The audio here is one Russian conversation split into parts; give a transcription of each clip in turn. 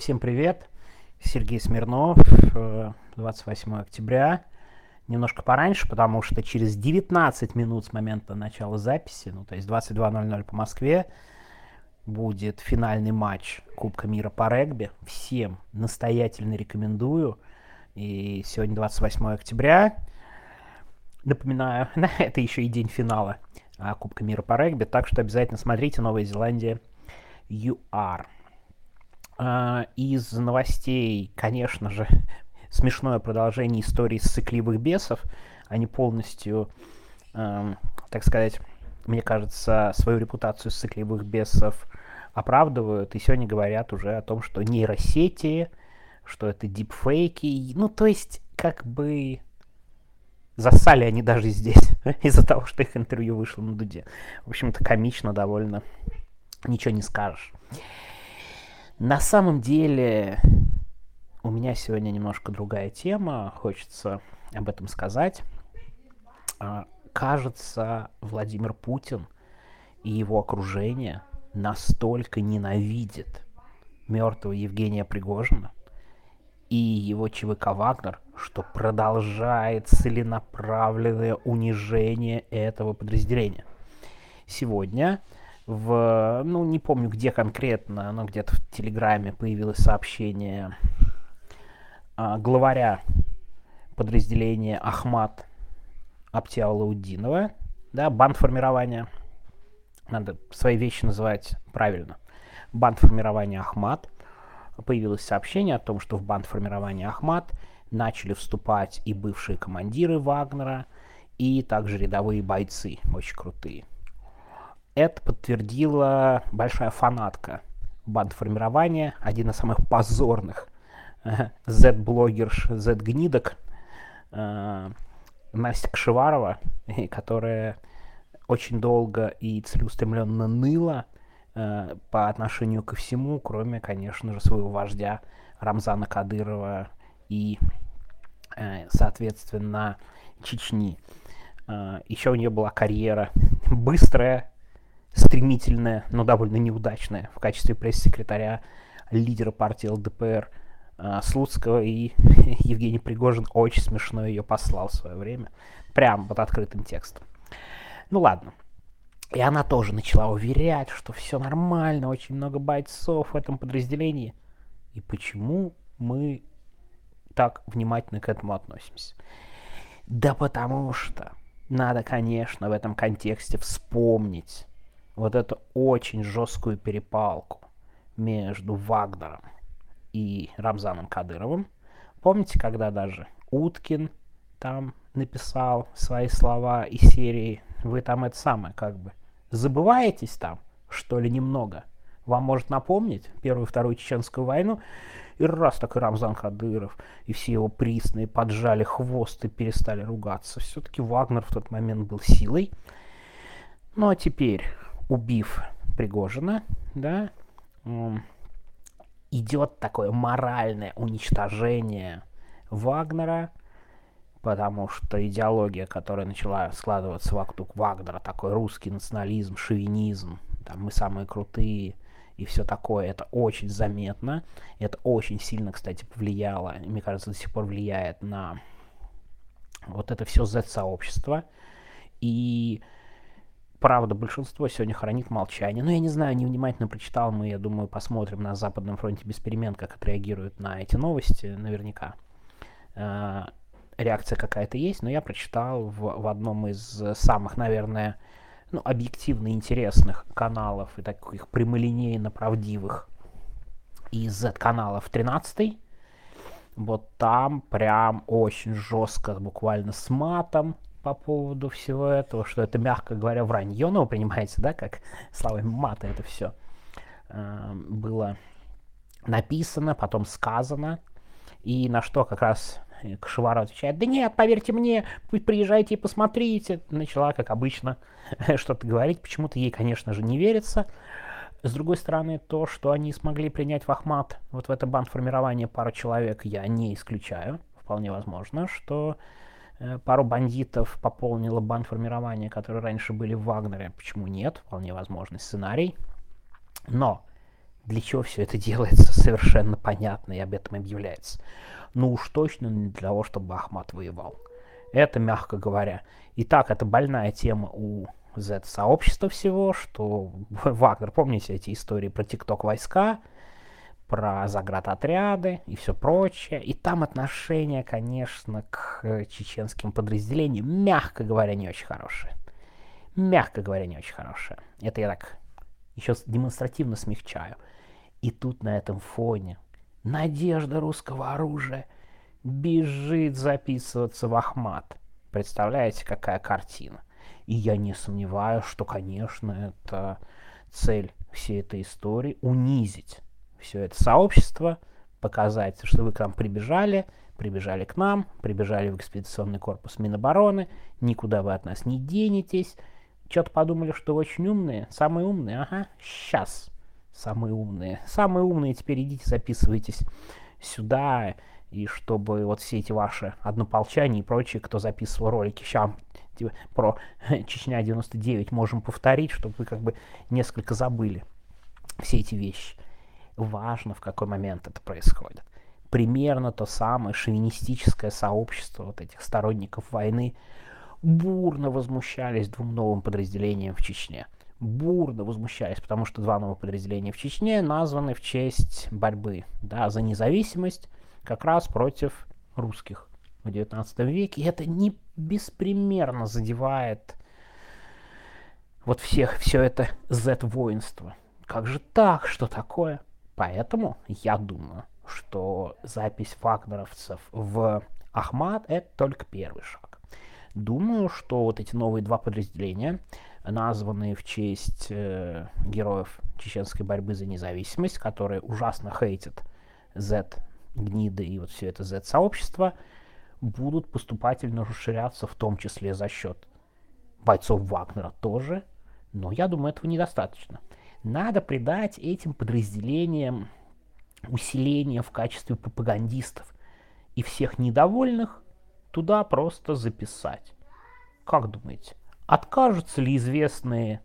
Всем привет, Сергей Смирнов, 28 октября, немножко пораньше, потому что через 19 минут с момента начала записи, то есть 22:00 по Москве, будет финальный матч Кубка мира по регби. Всем настоятельно рекомендую. И сегодня 28 октября, напоминаю, это еще и день финала Кубка мира по регби, так что обязательно смотрите Новая Зеландия ЮАР. Из новостей, конечно же, смешное продолжение истории ссыкливых бесов. Они полностью, так сказать, мне кажется, свою репутацию ссыкливых бесов оправдывают. И сегодня говорят уже о том, что нейросети, что это дипфейки. То есть, как бы засали они даже здесь из-за того, что их интервью вышло на Дуде. В общем-то, комично довольно. Ничего не скажешь. На самом деле, у меня сегодня немножко другая тема, хочется об этом сказать. Кажется, Владимир Путин и его окружение настолько ненавидят мертвого Евгения Пригожина и его ЧВК «Вагнер», что продолжает целенаправленное унижение этого подразделения. Сегодня не помню где конкретно, но где-то в Телеграме появилось сообщение главаря подразделения Ахмат Аптиалаудинова, бандформирования, надо свои вещи называть правильно, бандформирования Ахмат. Появилось сообщение о том, что в бандформирование Ахмат начали вступать и бывшие командиры Вагнера, и также рядовые бойцы, очень крутые. Это подтвердила большая фанатка бандформирования, один из самых позорных Z-блогерш, Z-гнидок, Настя Кшеварова, которая очень долго и целеустремленно ныла по отношению ко всему, кроме, конечно же, своего вождя Рамзана Кадырова и, соответственно, Чечни. Еще у нее была карьера быстрая, стремительная, но довольно неудачная в качестве пресс-секретаря лидера партии ЛДПР Слуцкого, и Евгений Пригожин очень смешно ее послал в свое время, прям под открытым текстом. Ладно. И она тоже начала уверять, что все нормально, очень много бойцов в этом подразделении. И почему мы так внимательно к этому относимся? Да потому что надо, конечно, в этом контексте вспомнить вот эту очень жесткую перепалку между Вагнером и Рамзаном Кадыровым. Помните, когда даже Уткин там написал свои слова из серии «Вы там это самое, забываетесь там, что ли, немного? Вам может напомнить Первую и Вторую Чеченскую войну?» И раз так и Рамзан Кадыров, и все его присные поджали хвост и перестали ругаться. Все-таки Вагнер в тот момент был силой. А теперь, убив Пригожина, идет такое моральное уничтожение Вагнера, потому что идеология, которая начала складываться вокруг Вагнера, такой русский национализм, шовинизм, мы самые крутые и все такое, это очень заметно, это очень сильно, кстати, повлияло, и, мне кажется, до сих пор влияет на вот это все Z-сообщество. И правда, большинство сегодня хранит молчание. Я не знаю, невнимательно прочитал, мы, я думаю, посмотрим на Западном фронте без перемен, как отреагируют на эти новости, наверняка. Реакция какая-то есть, но я прочитал в одном из самых, наверное, объективно интересных каналов и таких прямолинейно правдивых из Z-каналов 13-й. Вот там прям очень жестко, буквально с матом, по поводу всего этого, что это, мягко говоря, вранье, вы понимаете, как словами мата это все было написано, потом сказано, и на что как раз Кашеваров отвечает: да нет, поверьте мне, приезжайте и посмотрите. Начала, как обычно, что-то говорить, почему-то ей, конечно же, не верится. С другой стороны, то, что они смогли принять в Ахмат, вот в это бандформирование пару человек, я не исключаю. Вполне возможно, что пару бандитов пополнило бандформирование, которые раньше были в Вагнере. Почему нет? Вполне возможный сценарий. Но Для чего все это делается, совершенно понятно, и об этом объявляется. Ну уж точно не для того, чтобы Ахмат воевал. Это, мягко говоря. Итак, это больная тема у Z-сообщества всего, что Вагнер, помните эти истории про ТикТок-войска, про заградотряды и все прочее. И там отношение, конечно, к чеченским подразделениям, мягко говоря, не очень хорошее. Мягко говоря, не очень хорошее. Это я так еще демонстративно смягчаю. И тут на этом фоне надежда русского оружия бежит записываться в Ахмат. Представляете, какая картина? И я не сомневаюсь, что, конечно, это цель всей этой истории — унизить все это сообщество, показать, что вы к нам прибежали к нам, прибежали в экспедиционный корпус Минобороны, никуда вы от нас не денетесь. Что-то подумали, что вы очень умные, самые умные, ага, сейчас. Самые умные, теперь идите записывайтесь сюда, и чтобы вот все эти ваши однополчане и прочие, кто записывал ролики, сейчас типа, про Чечня 99 можем повторить, чтобы вы как бы несколько забыли все эти вещи. Важно, в какой момент это происходит. Примерно то самое шовинистическое сообщество вот этих сторонников войны бурно возмущались двум новым подразделениям в Чечне. Бурно возмущались, потому что два новых подразделения в Чечне названы в честь борьбы, да, за независимость как раз против русских в XIX веке. И это не беспримерно задевает вот все это Z-воинство. Как же так? Что такое? Поэтому я думаю, что запись вагнеровцев в Ахмат — это только первый шаг. Думаю, что вот эти новые два подразделения, названные в честь героев чеченской борьбы за независимость, которые ужасно хейтят Z-гниды и вот все это Z-сообщество, будут поступательно расширяться, в том числе за счет бойцов Вагнера тоже, но я думаю, этого недостаточно. Надо придать этим подразделениям усиление в качестве пропагандистов и всех недовольных туда просто записать. Как думаете, откажутся ли известные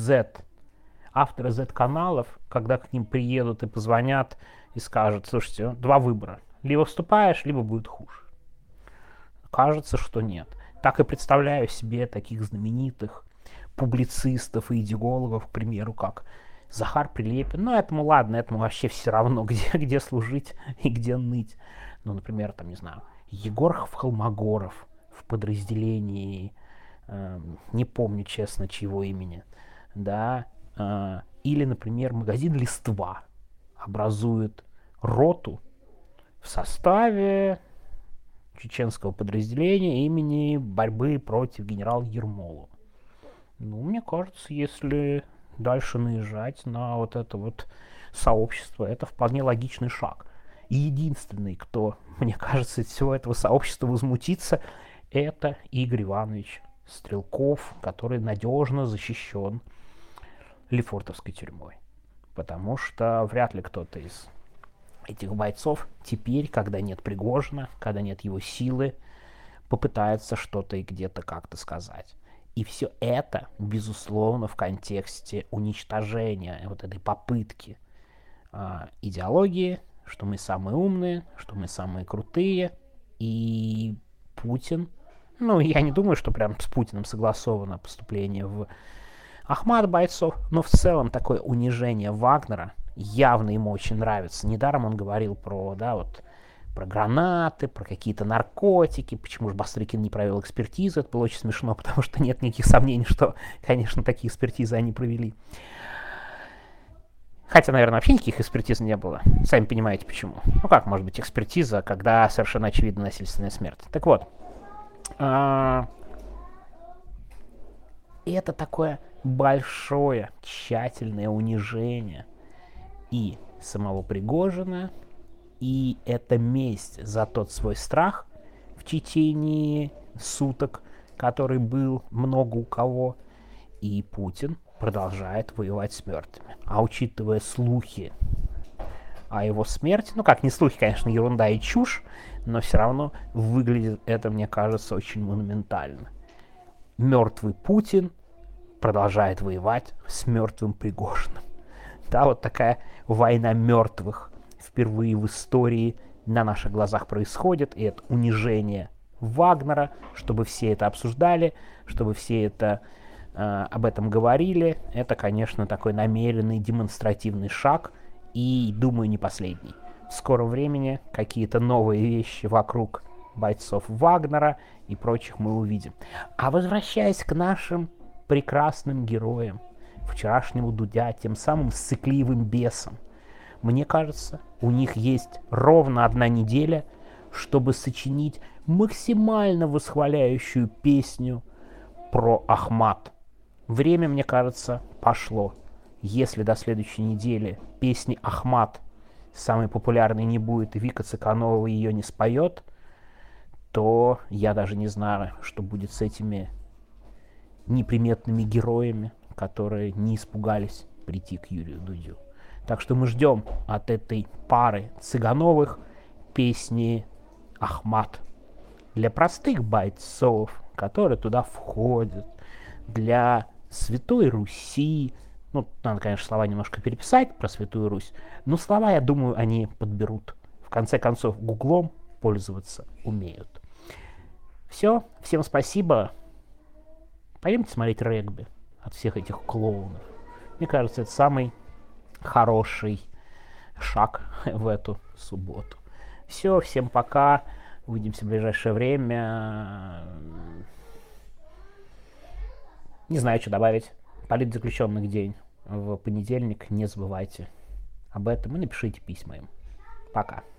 авторы Z-каналов, когда к ним приедут и позвонят и скажут: слушайте, два выбора, либо вступаешь, либо будет хуже? Кажется, что нет. Так и представляю себе таких знаменитых публицистов и идеологов, к примеру, как Захар Прилепин. Ну, этому ладно, этому вообще все равно, где служить и где ныть. Ну, например, там, не знаю, Егор Холмогоров в подразделении, не помню, честно, чьего имени, да, или, например, магазин «Листва» образует роту в составе чеченского подразделения имени борьбы против генерала Ермолова. Ну, мне кажется, если дальше наезжать на вот это вот сообщество, это вполне логичный шаг. И единственный, кто, мне кажется, из всего этого сообщества возмутится, это Игорь Иванович Стрелков, который надежно защищен Лефортовской тюрьмой. Потому что вряд ли кто-то из этих бойцов теперь, когда нет Пригожина, когда нет его силы, попытается что-то и где-то как-то сказать. И все это, безусловно, в контексте уничтожения вот этой попытки идеологии, что мы самые умные, что мы самые крутые, и Путин, ну, я не думаю, что прям с Путиным согласовано поступление в Ахмат бойцов, но в целом такое унижение Вагнера явно ему очень нравится. Недаром он говорил про, да, вот, про гранаты, про какие-то наркотики, почему же Бастрыкин не провел экспертизу, это было очень смешно, потому что нет никаких сомнений, что, конечно, такие экспертизы они провели. Хотя, наверное, вообще никаких экспертиз не было. Сами понимаете, почему. Ну как может быть экспертиза, когда совершенно очевидна насильственная смерть? Так вот, это такое большое, тщательное унижение и самого Пригожина, и это месть за тот свой страх в течение суток, который был много у кого, и Путин продолжает воевать с мертвыми. А учитывая слухи о его смерти, ну как, не слухи, конечно, ерунда и чушь, но все равно выглядит это, мне кажется, очень монументально. Мертвый Путин продолжает воевать с мертвым Пригожиным. Да, вот такая война мертвых впервые в истории на наших глазах происходит, и это унижение Вагнера, чтобы все это обсуждали, чтобы все это об этом говорили. Это, конечно, такой намеренный демонстративный шаг, и, думаю, не последний. В скором времени какие-то новые вещи вокруг бойцов Вагнера и прочих мы увидим. А возвращаясь к нашим прекрасным героям, вчерашнему Дудя, тем самым сыкливым бесам, мне кажется, у них есть ровно 1 неделя, чтобы сочинить максимально восхваляющую песню про Ахмат. Время, мне кажется, пошло. Если до следующей недели песни Ахмат самой популярной не будет, и Вика Цыканова ее не споет, то я даже не знаю, что будет с этими неприметными героями, которые не испугались прийти к Юрию Дудю. Так что мы ждем от этой пары Цыгановых песни «Ахмат». Для простых бойцов, которые туда входят, для Святой Руси. Ну, надо, конечно, слова немножко переписать про Святую Русь, но слова, я думаю, они подберут. В конце концов, гуглом пользоваться умеют. Все, всем спасибо. Пойдемте смотреть регби от всех этих клоунов. Мне кажется, это самый хороший шаг в эту субботу. Все, всем пока. Увидимся в ближайшее время. Не знаю, что добавить. Политзаключенных день в понедельник. Не забывайте об этом и напишите письма им. Пока.